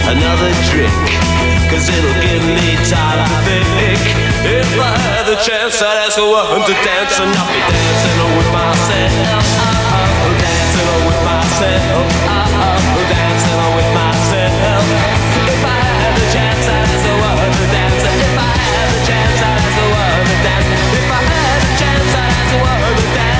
another drink, 'cause it'll give me time to think. If I had the chance, I'd ask a woman to dance, and I'll be dancing with myself, dancing with myself, dancing with myself. If I had the chance, I'd ask a woman to dance. If I had the chance, I'd ask a woman to dance. If I had the chance, I'd ask a woman to dance.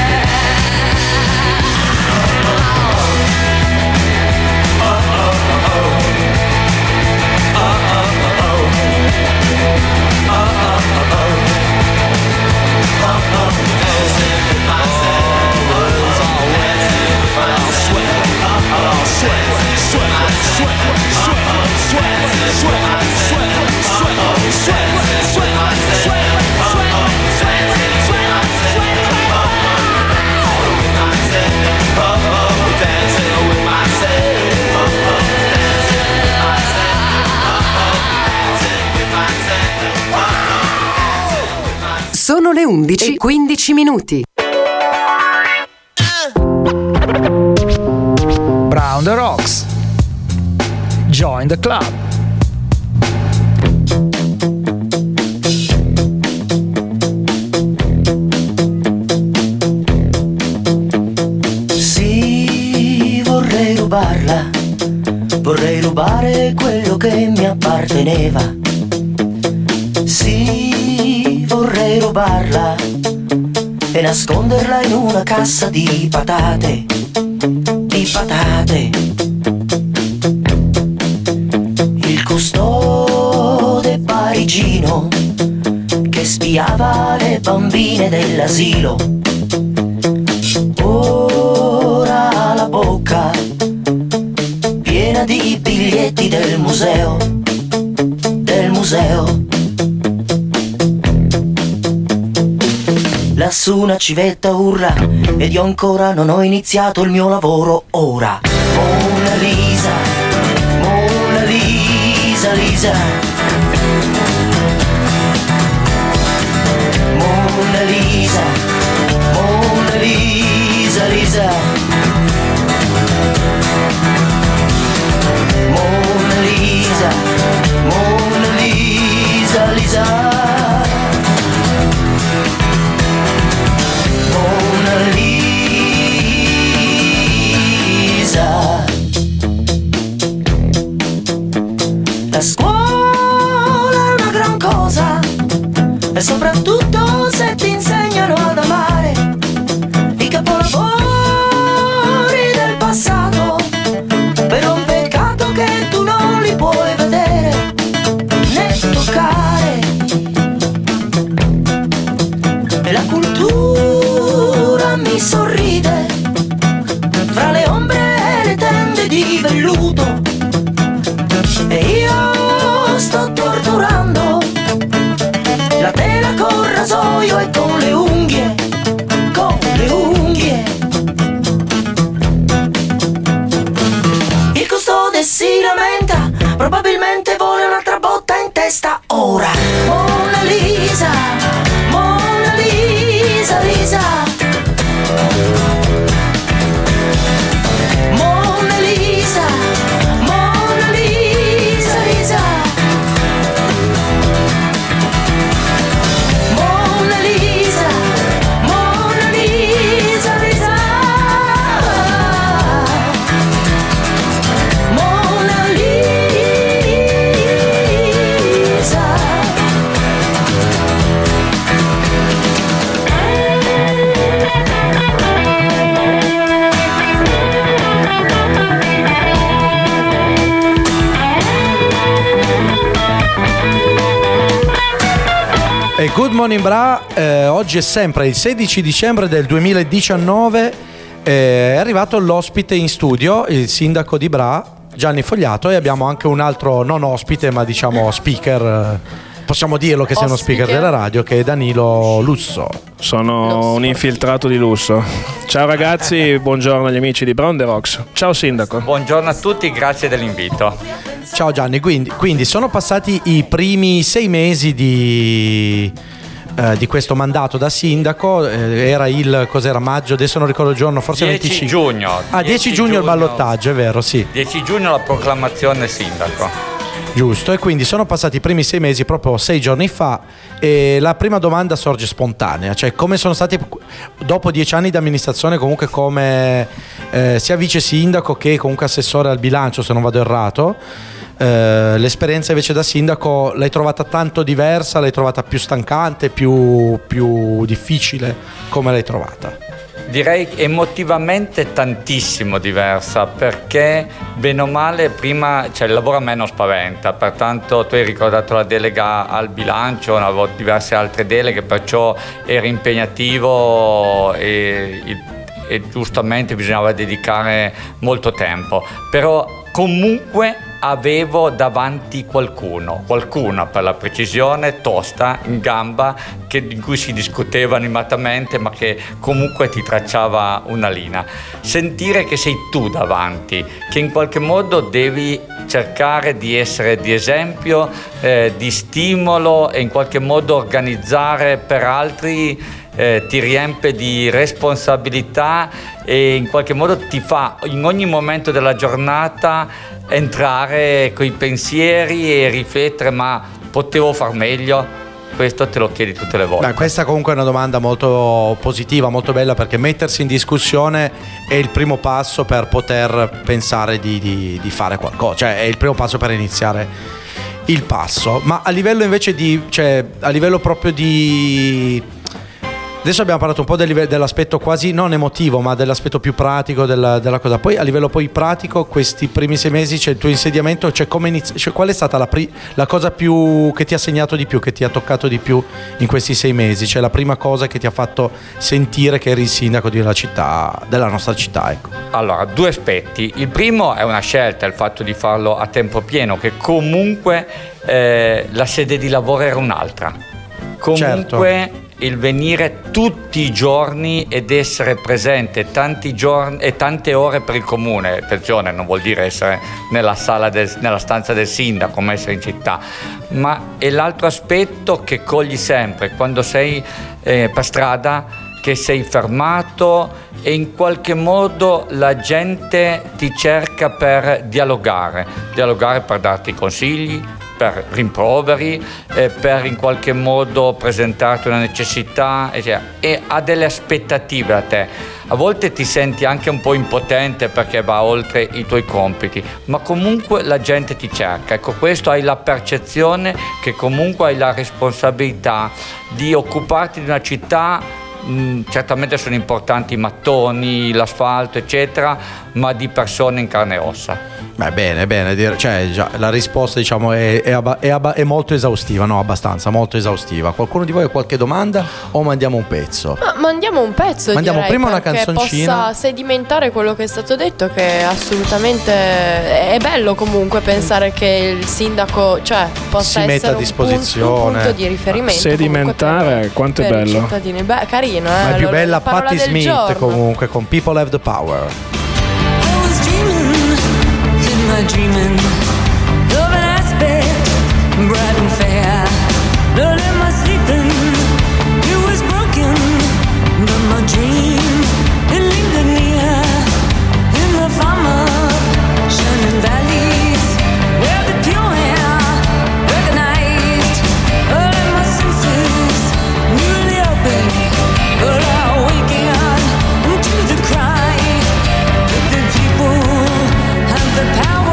Sono le 11:15. Brown the Rocks. Join the club. Sì, vorrei rubarla, vorrei rubare quello che mi apparteneva. Sì, vorrei rubarla e nasconderla in una cassa di patate, di patate. Il custode parigino che spiava le bambine dell'asilo ora ha la bocca piena di biglietti del museo, del museo. Lassù una civetta urla ed io ancora non ho iniziato il mio lavoro ora. Mona Lisa, Mona Lisa, Lisa. Mona Lisa, Mona Lisa, Lisa. Mona Lisa, Mona Lisa, Lisa. La scuola è una gran cosa e soprattutto se ti insegnano ad amare i capolavori del passato, però un peccato che tu non li puoi vedere né toccare. E la cultura mi sorride fra le ombre e le tende di velluto e io sto torturando la tela col rasoio e con le unghie, con le unghie. Il custode si lamenta, probabilmente vuole un'altra botta in testa ora. Mona Lisa, Mona Lisa, Lisa. Mona Lisa, Mona Lisa, Lisa. Mona Lisa, Mona Lisa, Lisa. Mona Lisa. E Good Morning Bra, oggi è sempre il 16 dicembre del 2019, è arrivato l'ospite in studio, il sindaco di Bra, Gianni Fogliato, e abbiamo anche un altro non ospite ma diciamo speaker, possiamo dirlo che sia uno speaker della radio, che è Danilo Lusso. Sono un infiltrato di lusso. Ciao ragazzi, buongiorno agli amici di Brown the Rocks. Ciao sindaco. Buongiorno a tutti, grazie dell'invito. Ciao Gianni, quindi sono passati i primi 6 mesi di questo mandato da sindaco, era cos'era, maggio, adesso non ricordo il giorno, forse 10 25 giugno. 10 giugno il ballottaggio, è vero, sì. 10 giugno la proclamazione sindaco. Giusto, e quindi sono passati i primi 6 mesi, proprio 6 giorni fa, e la prima domanda sorge spontanea, cioè come sono stati, dopo 10 anni di amministrazione, comunque come sia vice sindaco che comunque assessore al bilancio, se non vado errato, l'esperienza invece da sindaco l'hai trovata tanto diversa, l'hai trovata più stancante, più difficile, come l'hai trovata? Direi emotivamente tantissimo diversa, perché bene o male prima, cioè, il lavoro a me non spaventa, pertanto tu hai ricordato la delega al bilancio, avevo diverse altre deleghe, perciò era impegnativo e giustamente bisognava dedicare molto tempo, però comunque avevo davanti qualcuna per la precisione, tosta, in gamba, in cui si discuteva animatamente, ma che comunque ti tracciava una linea. Sentire che sei tu davanti, che in qualche modo devi cercare di essere di esempio, di stimolo, e in qualche modo organizzare per altri, ti riempie di responsabilità e in qualche modo ti fa in ogni momento della giornata entrare coi pensieri e riflettere: ma potevo far meglio? Questo te lo chiedi tutte le volte. Questa comunque è una domanda molto positiva, molto bella, perché mettersi in discussione è il primo passo per poter pensare di fare qualcosa, cioè è il primo passo per iniziare il passo. Ma a livello invece a livello proprio di... Adesso abbiamo parlato un po' dell'aspetto quasi non emotivo, ma dell'aspetto più pratico della cosa. Poi a livello poi pratico, questi primi 6 mesi, il tuo insediamento, qual è stata la cosa più che ti ha segnato di più, che ti ha toccato di più in questi 6 mesi? Cioè la prima cosa che ti ha fatto sentire che eri il sindaco della città, della nostra città, ecco. Allora, 2 aspetti. Il primo è una scelta, il fatto di farlo a tempo pieno, che comunque la sede di lavoro era un'altra. Comunque... Certo. Il venire tutti i giorni ed essere presente tanti giorni e tante ore per il comune. Attenzione, non vuol dire essere nella stanza del sindaco, come essere in città, ma è l'altro aspetto che cogli sempre quando sei per strada, che sei fermato e in qualche modo la gente ti cerca per dialogare per darti consigli, per rimproveri, per in qualche modo presentarti una necessità, e ha delle aspettative a te. A volte ti senti anche un po' impotente perché va oltre i tuoi compiti, ma comunque la gente ti cerca. Ecco, questo hai la percezione che comunque hai la responsabilità di occuparti di una città. Certamente sono importanti i mattoni, l'asfalto, eccetera, ma di persone in carne e ossa. Bene, cioè, già, la risposta diciamo è molto esaustiva, no? Abbastanza, molto esaustiva. Qualcuno di voi ha qualche domanda o mandiamo un pezzo? Mandiamo un pezzo, mandiamo direi, prima una perché canzoncina, possa sedimentare quello che è stato detto, che assolutamente è bello comunque pensare che il sindaco, cioè, possa si essere metta a disposizione, un punto di riferimento. Sedimentare, quanto è bello. I cittadini. Carino, ma è più allora, bella Patti Smith giorno. comunque con People Have the Power. Dreaming of an aspect bright and fair. Not in my sleeping, it was broken, but my dream, it lingered near in the farm of shining valleys, where the pure air recognized all of my senses newly open, but I'm waking up to the cry that the people have the power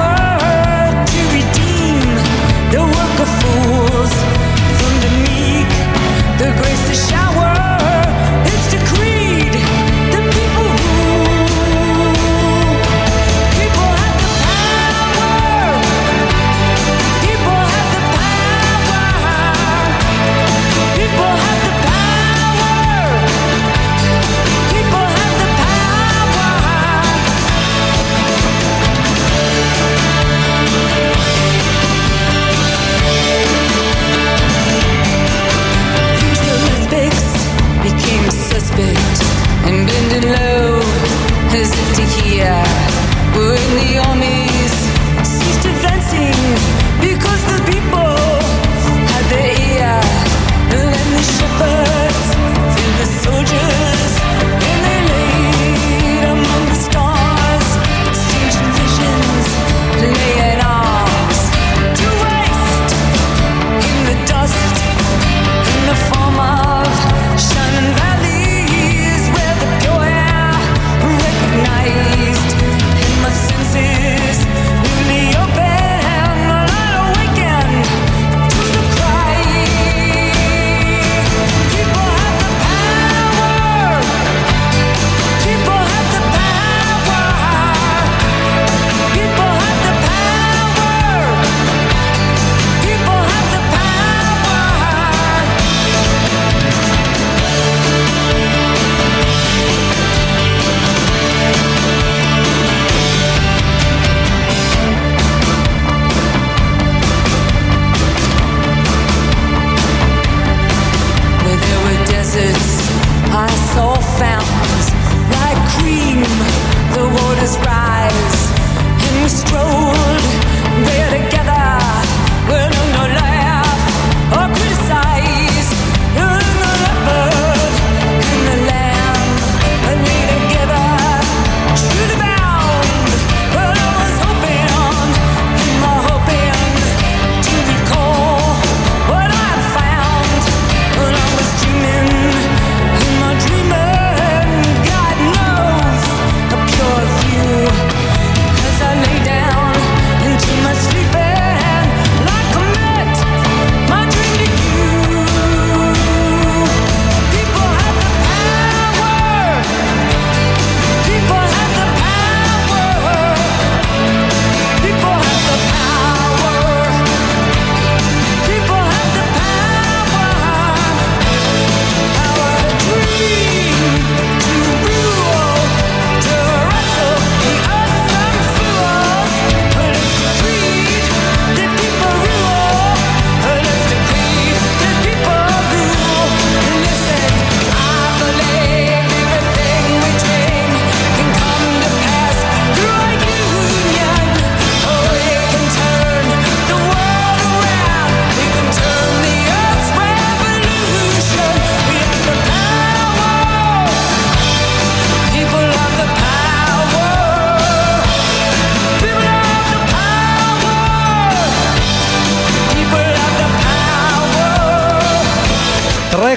the work of fools, from the meek, the grace to shower, it's decreed, the people rule. People have the power, people have the power, people have the power, people have the power. Became suspect and bending low as if to hear when the armies ceased advancing because the people had their ear and then the shepherd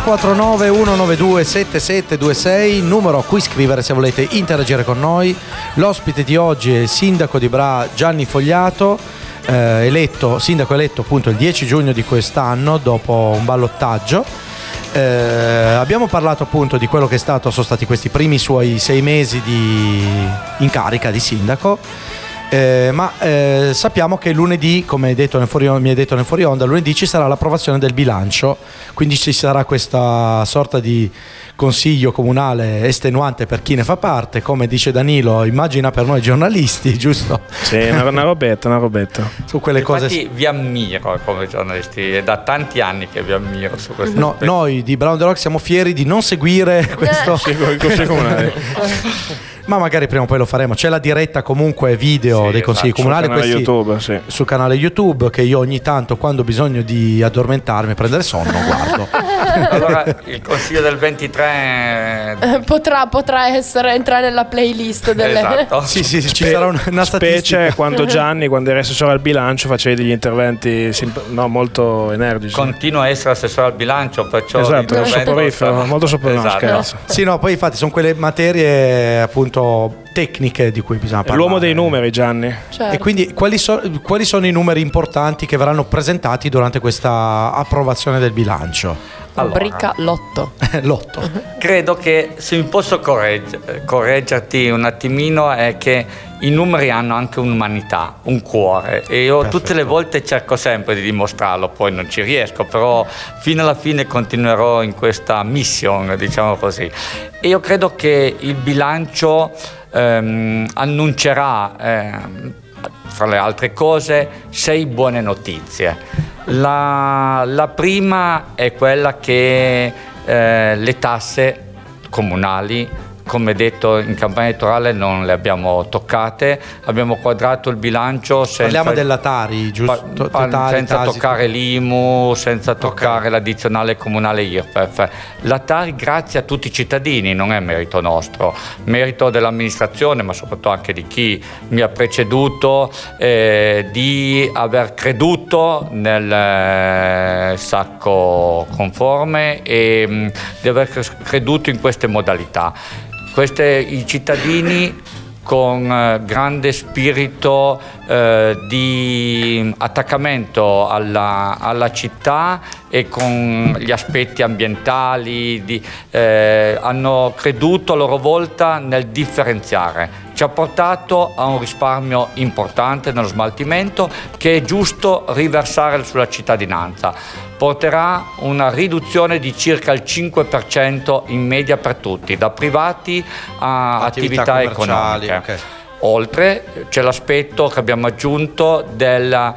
349 192 7726, numero a cui scrivere se volete interagire con noi. L'ospite di oggi è il sindaco di Bra, Gianni Fogliato, sindaco eletto appunto il 10 giugno di quest'anno dopo un ballottaggio. Abbiamo parlato appunto di quello che sono stati questi primi suoi 6 mesi in carica di sindaco. Ma sappiamo che lunedì, come mi hai detto nel fuori onda, lunedì ci sarà l'approvazione del bilancio, quindi ci sarà questa sorta di consiglio comunale estenuante per chi ne fa parte, come dice Danilo, immagina per noi giornalisti, giusto? Sì, una robetta. Su quelle cose. Infatti vi ammiro come giornalisti, è da tanti anni che vi ammiro su questo. No, noi di Brown the Rock siamo fieri di non seguire questo consiglio comunale. Ma magari prima o poi lo faremo. C'è la diretta comunque video dei consigli comunali sul canale YouTube, che io ogni tanto, quando ho bisogno di addormentarmi, prendere sonno, guardo. Allora il consiglio del 23 potrà entrare nella playlist delle... Esatto. Sì, ci sarà una statistica. Specie quando Gianni, quando era assessore al bilancio, faceva degli interventi molto energici. Continua a essere assessore al bilancio, perciò esatto, molto soporifero. Esatto. Sì, no, poi infatti sono quelle materie appunto tecniche di cui bisogna parlare. L'uomo dei numeri, Gianni. Certo. E quindi quali sono i numeri importanti che verranno presentati durante questa approvazione del bilancio? Rubrica Lotto. Lotto. Credo che, se mi posso correggerti un attimino, è che i numeri hanno anche un'umanità, un cuore, e io tutte le volte cerco sempre di dimostrarlo, poi non ci riesco, però fino alla fine continuerò in questa mission, diciamo così. E io credo che il bilancio annuncerà, fra le altre cose, 6 buone notizie. La prima è quella che le tasse comunali, come detto in campagna elettorale, non le abbiamo toccate. Abbiamo quadrato il bilancio senza... Parliamo della Tari, giusto? Senza toccare l'IMU, senza toccare l'addizionale comunale IRPEF. La Tari, grazie a tutti i cittadini, non è merito nostro, merito dell'amministrazione, ma soprattutto anche di chi mi ha preceduto, di aver creduto nel sacco conforme e di aver creduto in queste modalità. I cittadini con grande spirito di attaccamento alla città e con gli aspetti ambientali hanno creduto a loro volta nel differenziare. Ci ha portato a un risparmio importante nello smaltimento, che è giusto riversare sulla cittadinanza. Porterà una riduzione di circa il 5% in media per tutti, da privati a attività economiche. Okay. Oltre c'è l'aspetto che abbiamo aggiunto per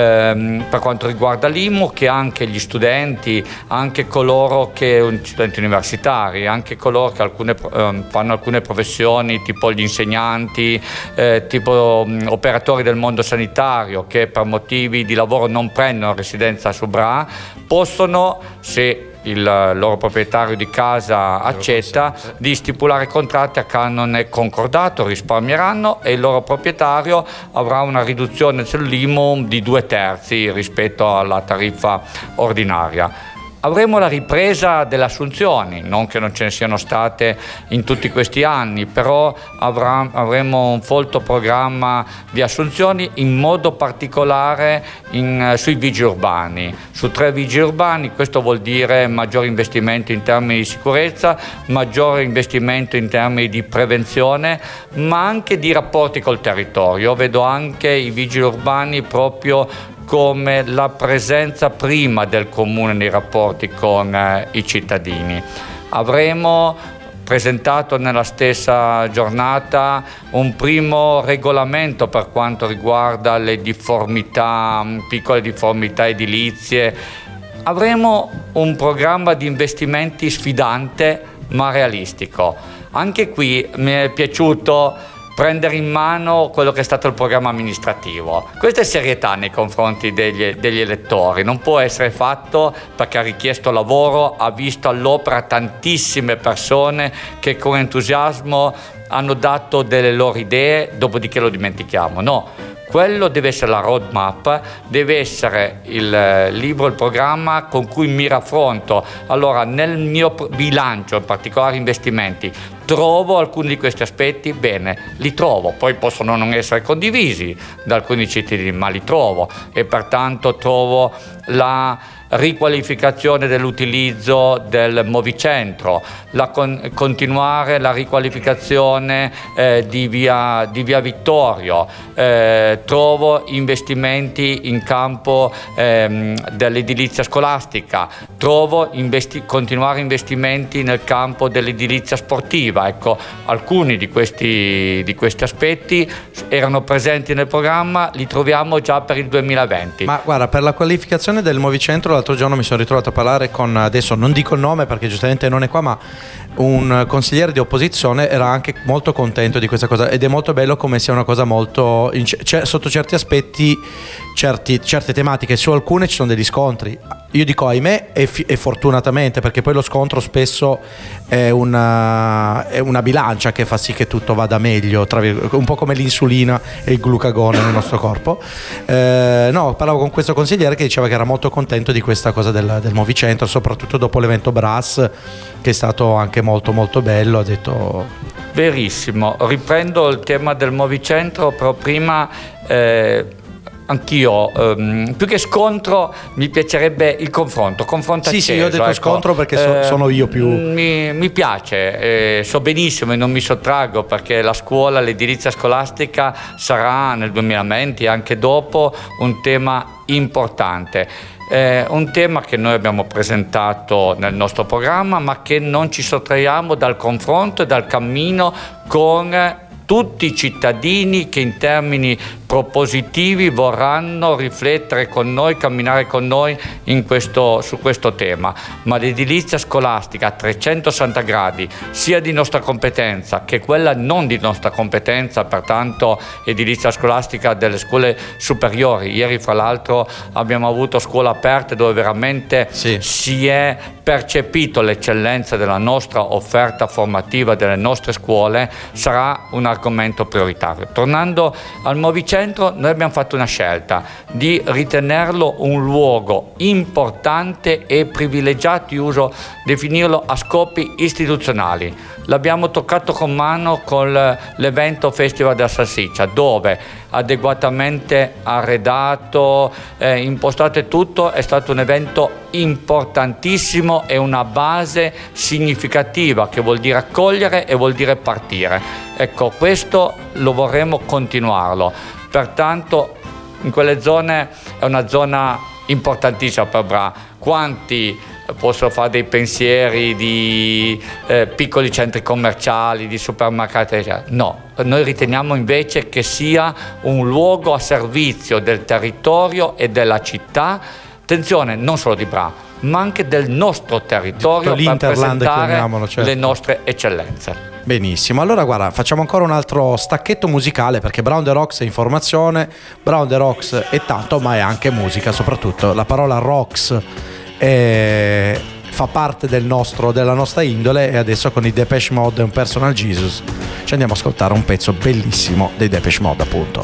quanto riguarda l'IMU, che anche gli studenti, anche coloro che studenti universitari, anche coloro che fanno alcune professioni, tipo gli insegnanti, tipo operatori del mondo sanitario, che per motivi di lavoro non prendono residenza su Bra, possono, se il loro proprietario di casa accetta, di stipulare contratti a canone concordato, risparmieranno, e il loro proprietario avrà una riduzione sull'IMU di 2/3 rispetto alla tariffa ordinaria. Avremo la ripresa delle assunzioni, non che non ce ne siano state in tutti questi anni, però avremo un folto programma di assunzioni, in modo particolare sui vigili urbani. Su 3 vigili urbani, questo vuol dire maggiore investimento in termini di sicurezza, maggiore investimento in termini di prevenzione, ma anche di rapporti col territorio. Vedo anche i vigili urbani proprio come la presenza prima del comune nei rapporti con i cittadini. Avremo presentato nella stessa giornata un primo regolamento per quanto riguarda le piccole difformità edilizie. Avremo un programma di investimenti sfidante ma realistico. Anche qui mi è piaciuto prendere in mano quello che è stato il programma amministrativo. Questa è serietà nei confronti degli elettori, non può essere fatto perché ha richiesto lavoro, ha visto all'opera tantissime persone che con entusiasmo hanno dato delle loro idee, dopodiché lo dimentichiamo. No, Quello deve essere la roadmap, deve essere il libro, il programma con cui mi raffronto. Allora, nel mio bilancio, in particolare investimenti, trovo alcuni di questi aspetti? Bene, li trovo, poi possono non essere condivisi da alcuni cittadini, ma li trovo, e pertanto trovo la riqualificazione dell'utilizzo del movicentro, continuare la riqualificazione di via Vittorio, trovo investimenti in campo dell'edilizia scolastica, trovo continuare investimenti nel campo dell'edilizia sportiva. Ecco, alcuni di questi aspetti erano presenti nel programma, li troviamo già per il 2020. Ma guarda, per la qualificazione del movicentro l'altro giorno mi sono ritrovato a parlare con, adesso non dico il nome perché giustamente non è qua, ma un consigliere di opposizione era anche molto contento di questa cosa, ed è molto bello come sia una cosa molto sotto certi aspetti, certe tematiche, su alcune ci sono degli scontri. Io dico ahimè e fortunatamente, perché poi lo scontro spesso è una bilancia che fa sì che tutto vada meglio, un po' come l'insulina e il glucagone nel nostro corpo. No, parlavo con questo consigliere che diceva che era molto contento di questa cosa del movicentro, soprattutto dopo l'evento Brass, che è stato anche molto molto bello. Ha detto verissimo. Riprendo il tema del movicentro, però prima anch'io, più che scontro, mi piacerebbe il confronto acceso. Sì, io ho detto scontro perché sono io più... Mi piace, so benissimo e non mi sottraggo, perché la scuola, l'edilizia scolastica sarà nel 2020 e anche dopo un tema importante. Un tema che noi abbiamo presentato nel nostro programma, ma che non ci sottraiamo dal confronto e dal cammino con tutti i cittadini che in termini propositivi vorranno riflettere con noi, camminare con noi su questo tema. Ma l'edilizia scolastica a 360 gradi, sia di nostra competenza che quella non di nostra competenza, pertanto edilizia scolastica delle scuole superiori. Ieri fra l'altro abbiamo avuto scuole aperte dove veramente si è percepito l'eccellenza della nostra offerta formativa, delle nostre scuole, sarà un argomento prioritario. Tornando al movicentro, noi abbiamo fatto una scelta di ritenerlo un luogo importante e privilegiato, uso definirlo a scopi istituzionali. L'abbiamo toccato con mano con l'evento Festival della Salsiccia, dove adeguatamente arredato, impostato e tutto, è stato un evento importantissimo e una base significativa che vuol dire accogliere e vuol dire partire. Ecco, questo lo vorremmo continuarlo. Pertanto in quelle zone è una zona importantissima per Bra. Quanti possono fare dei pensieri di piccoli centri commerciali, di supermercati, eccetera? No, noi riteniamo invece che sia un luogo a servizio del territorio e della città, attenzione, non solo di Bra, ma anche del nostro territorio, per presentare le nostre eccellenze. Benissimo, allora guarda, facciamo ancora un altro stacchetto musicale, perché Brown the Rocks è informazione, Brown the Rocks è tanto, ma è anche musica, soprattutto la parola rocks fa parte della nostra indole, e adesso con i Depeche Mode e un Personal Jesus ci andiamo a ascoltare un pezzo bellissimo dei Depeche Mode, appunto.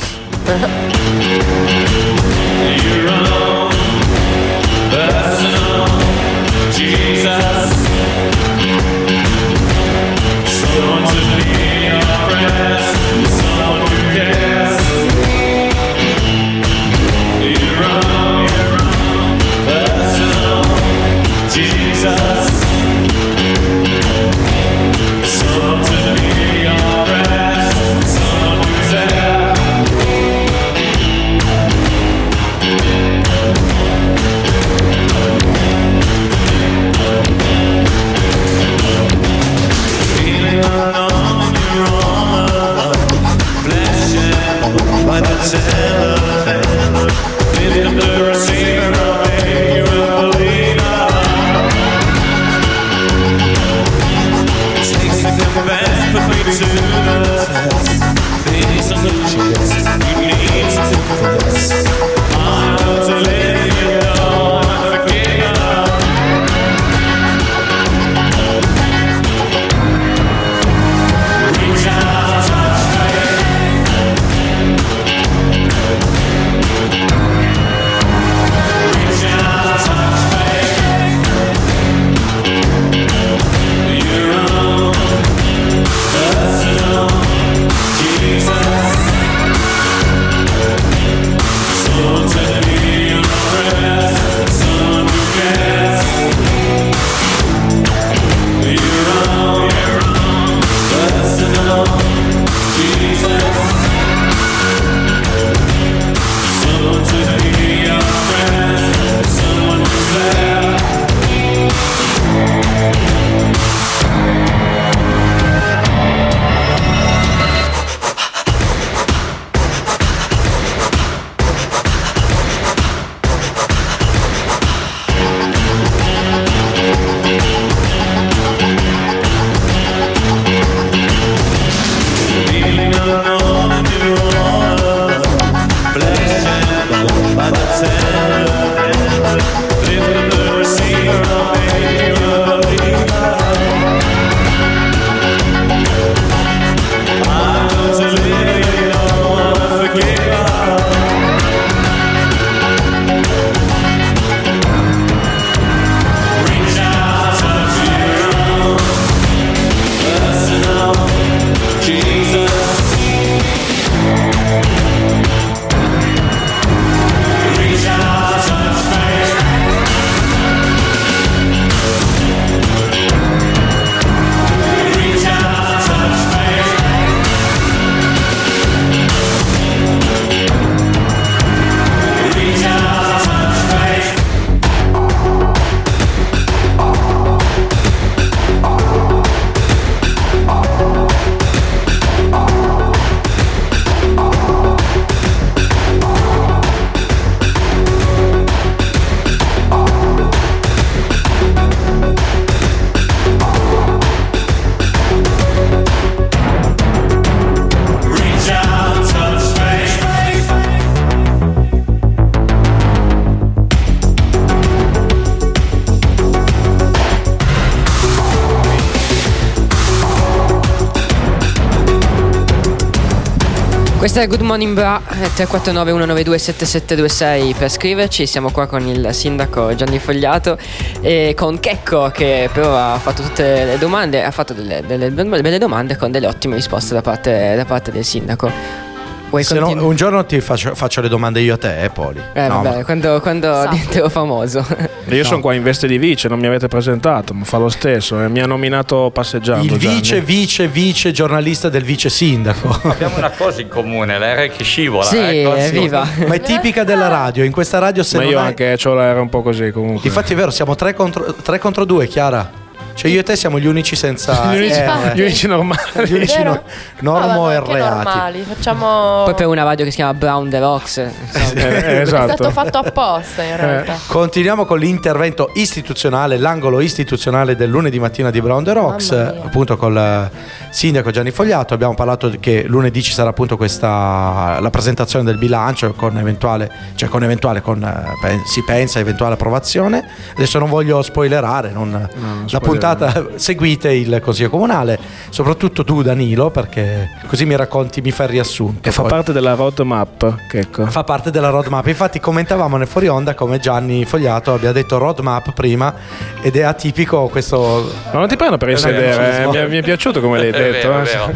Questa è Good Morning Bra, 349 192 7726 per scriverci. Siamo qua con il sindaco Gianni Fogliato e con Checco, che però ha fatto tutte le domande, ha fatto delle belle domande con delle ottime risposte da parte del sindaco. Se no, un giorno ti faccio le domande io a te, Poli. Vabbè, quando diventerò famoso. Io sono qua in veste di vice, non mi avete presentato, ma fa lo stesso. Mi ha nominato passeggiando. Il vice giornalista del vice sindaco. Abbiamo una cosa in comune, l'aereo che scivola. Sì, evviva. Ma è tipica della radio. In questa radio se ma non io hai... anche ho l'aereo un po' così comunque. Infatti è vero, siamo 3 contro 2, Chiara. Cioè io e te siamo gli unici senza gli unici normali, gli unici normo e reati. Normali, facciamo. Poi per una radio che si chiama Brown the Rocks, è stato fatto apposta in realtà. Continuiamo con l'intervento istituzionale, l'angolo istituzionale del lunedì mattina di Brown the Rocks, appunto col sindaco Gianni Fogliato. Abbiamo parlato che lunedì ci sarà appunto la presentazione del bilancio con si pensa eventuale approvazione. Adesso non voglio spoilerare, la puntata seguite il Consiglio Comunale, soprattutto tu Danilo, perché così mi fai il riassunto. E fa parte della roadmap, Checco. Fa parte della roadmap, infatti commentavamo nel fuori onda come Gianni Fogliato abbia detto roadmap prima ed è atipico questo. Ma non ti prendo per il sedere, mi è piaciuto come l'hai detto.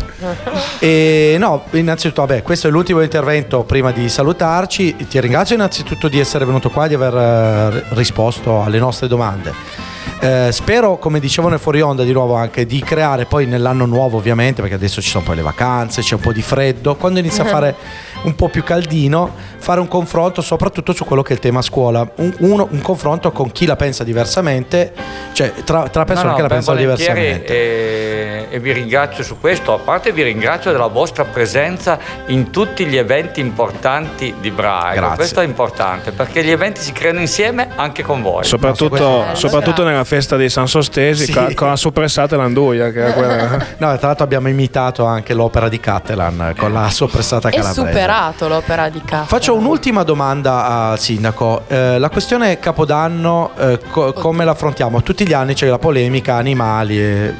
E no, innanzitutto questo è l'ultimo intervento prima di salutarci. Ti ringrazio innanzitutto di essere venuto qua, di aver risposto alle nostre domande. Spero, come dicevo nel fuori onda, di nuovo anche di creare poi nell'anno nuovo, ovviamente, perché adesso ci sono poi le vacanze, c'è un po' di freddo, quando inizia a fare un po' più caldino, fare un confronto soprattutto su quello che è il tema scuola, un confronto con chi la pensa diversamente, cioè tra persone che la pensano diversamente. E vi ringrazio su questo, a parte vi ringrazio della vostra presenza in tutti gli eventi importanti di Braga. Questo è importante perché gli eventi si creano insieme anche con voi, soprattutto nella festa dei San Sostesi, con la soppressata e l'anduia, che è quella. No, tra l'altro abbiamo imitato anche l'opera di Cattelan con la soppressata calabrese. È superato l'opera di Cattelan. Faccio un'ultima domanda al sindaco. La questione Capodanno, come l'affrontiamo? Tutti gli anni c'è la polemica animali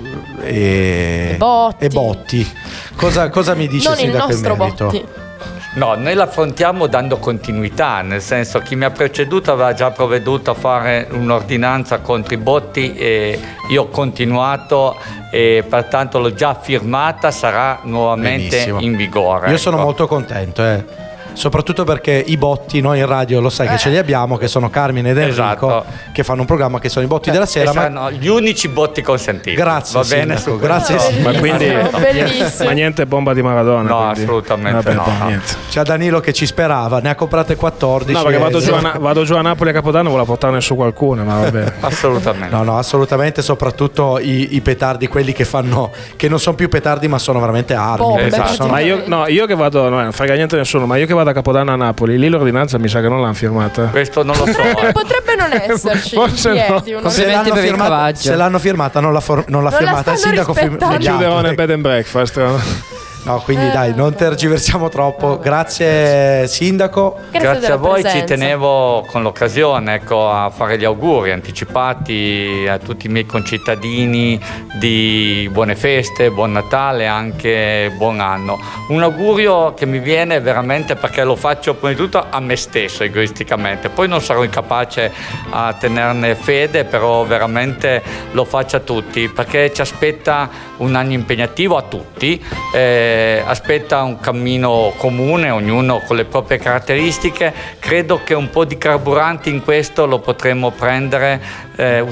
e botti. Cosa mi dice il sindaco in merito? Botti. No, noi l'affrontiamo dando continuità, nel senso chi mi ha preceduto aveva già provveduto a fare un'ordinanza contro i botti e io ho continuato e pertanto l'ho già firmata, sarà nuovamente in vigore. Io sono molto contento, soprattutto perché i botti noi in radio lo sai che ce li abbiamo, che sono Carmine ed Enrico, che fanno un programma che sono i botti della sera, saranno gli unici botti consentiti. Grazie, va bene, grazie. Ma quindi ma niente bomba di Maradona? No, quindi. assolutamente no. Niente. C'è Danilo che ci sperava, ne ha comprate 14. No, perché vado giù a Napoli a Capodanno, vuole portarne su qualcuno, ma vabbè. Assolutamente. No, assolutamente, soprattutto i petardi, quelli che non sono più petardi ma sono veramente armi. Esatto. Ma io che vado, non frega niente a nessuno, ma io che vado a Capodanno a Napoli, lì l'ordinanza mi sa che non l'hanno firmata. Questo non lo so. Potrebbe non esserci. Forse no. Se l'hanno firmata non l'ha firmata il sindaco. Chiuderò nel bed and breakfast. No, quindi dai, non tergiversiamo troppo. Grazie sindaco. Grazie a voi, ci tenevo con l'occasione a fare gli auguri anticipati a tutti i miei concittadini di buone feste, buon Natale e anche buon anno. Un augurio che mi viene veramente perché lo faccio prima di tutto a me stesso egoisticamente, poi non sarò incapace a tenerne fede, però veramente lo faccio a tutti perché ci aspetta un anno impegnativo a tutti. Aspetta un cammino comune, ognuno con le proprie caratteristiche. Credo che un po' di carburante in questo lo potremmo prendere